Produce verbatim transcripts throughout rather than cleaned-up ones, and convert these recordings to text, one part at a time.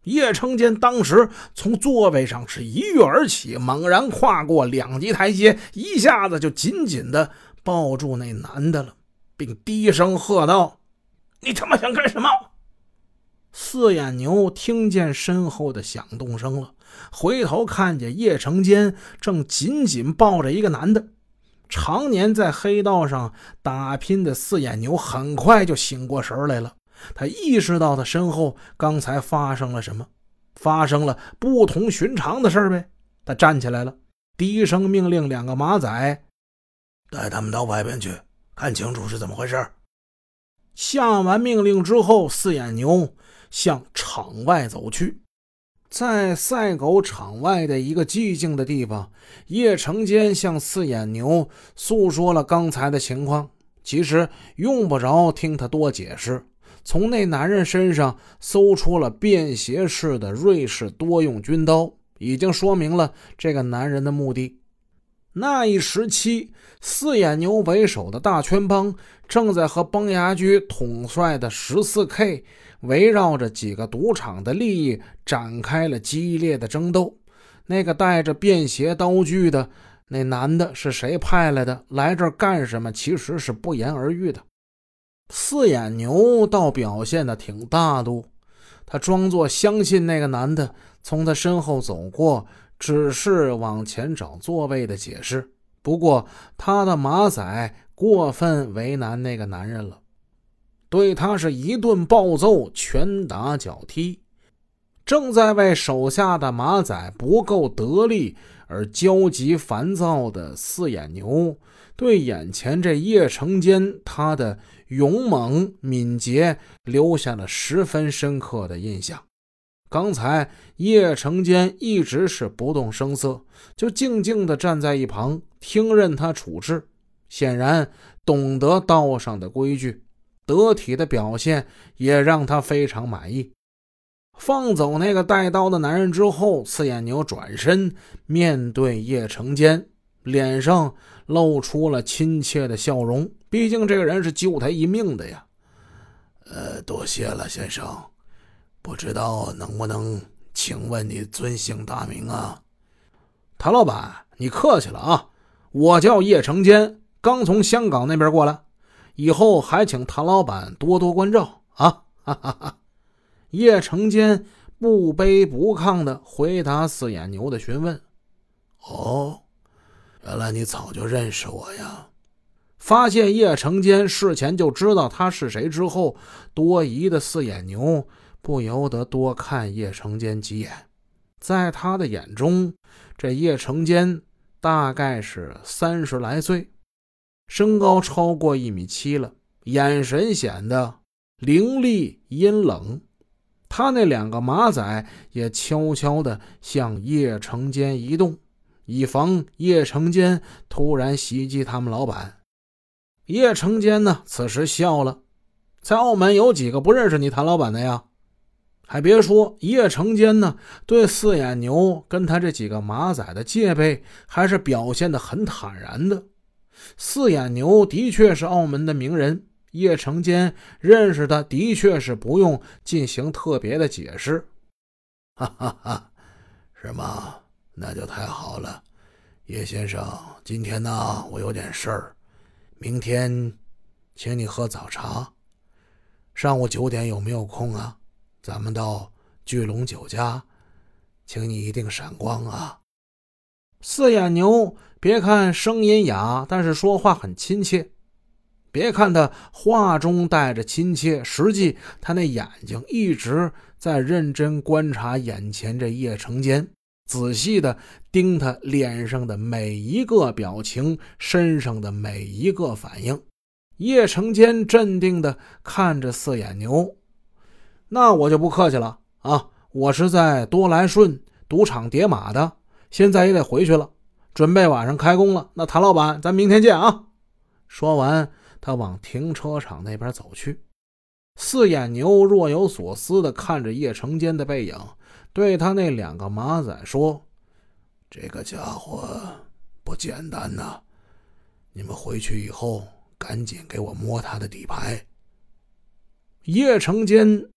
叶成坚当时从座位上是一跃而起，猛然跨过两级台阶，一下子就紧紧地抱住那男的了，并低声喝道：你他妈想干什么？四眼牛听见身后的响动声了，回头看见叶成坚正紧紧抱着一个男的。常年在黑道上打拼的四眼牛很快就醒过神来了，他意识到他身后刚才发生了什么，发生了不同寻常的事呗。他站起来了，低声命令两个马仔带他们到外边去，看清楚是怎么回事。下完命令之后，四眼牛向场外走去。在赛狗场外的一个寂静的地方，叶成坚向四眼牛诉说了刚才的情况。其实用不着听他多解释，从那男人身上搜出了便携式的瑞士多用军刀，已经说明了这个男人的目的。那一时期，四眼牛为首的大圈帮正在和崩牙驹统帅的 十四K 围绕着几个赌场的利益展开了激烈的争斗。那个带着便携刀具的那男的是谁派来的，来这儿干什么，其实是不言而喻的。四眼牛倒表现得挺大度，他装作相信那个男的，从他身后走过，只是往前找座位的解释。不过他的马仔过分为难那个男人了，对他是一顿暴揍，拳打脚踢。正在为手下的马仔不够得力而焦急烦躁的四眼牛，对眼前这叶成坚他的勇猛敏捷留下了十分深刻的印象。刚才叶成坚一直是不动声色，就静静地站在一旁听任他处置，显然懂得道上的规矩，得体的表现也让他非常满意。放走那个带刀的男人之后，四眼牛转身面对叶成坚，脸上露出了亲切的笑容，毕竟这个人是救他一命的呀。呃，多谢了先生，不知道能不能请问你尊姓大名啊？谭老板，你客气了啊，我叫叶成坚，刚从香港那边过来，以后还请谭老板多多关照啊！哈哈哈。叶成坚不卑不亢地回答四眼牛的询问。哦，原来你早就认识我呀。发现叶成坚事前就知道他是谁之后，多疑的四眼牛不由得多看叶成坚几眼。在他的眼中，这叶成坚大概是三十来岁，身高超过一米七了，眼神显得凌厉阴冷。他那两个马仔也悄悄地向叶成坚移动，以防叶成坚突然袭击他们老板。叶成坚呢，此时笑了，在澳门有几个不认识你谭老板的呀？还别说，叶成坚呢，对四眼牛跟他这几个马仔的戒备还是表现得很坦然的。四眼牛的确是澳门的名人，叶成坚认识他的确是不用进行特别的解释。哈哈哈，是吗？那就太好了。叶先生，今天呢，我有点事儿，明天请你喝早茶。上午九点有没有空啊？咱们到聚龙酒家，请你一定闪光啊。四眼牛别看声音哑，但是说话很亲切。别看他话中带着亲切，实际他那眼睛一直在认真观察眼前这叶成坚，仔细的盯他脸上的每一个表情，身上的每一个反应。叶成坚镇定的看着四眼牛，那我就不客气了啊，我是在多来顺赌场叠码的，现在也得回去了，准备晚上开工了，那谭老板咱明天见啊。说完他往停车场那边走去。四眼牛若有所思地看着叶成坚的背影，对他那两个马仔说，这个家伙不简单呐，你们回去以后赶紧给我摸他的底牌。叶成坚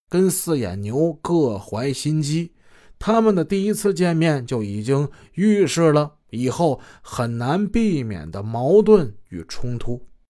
跟四眼牛各怀心机，他们的第一次见面就已经预示了以后很难避免的矛盾与冲突。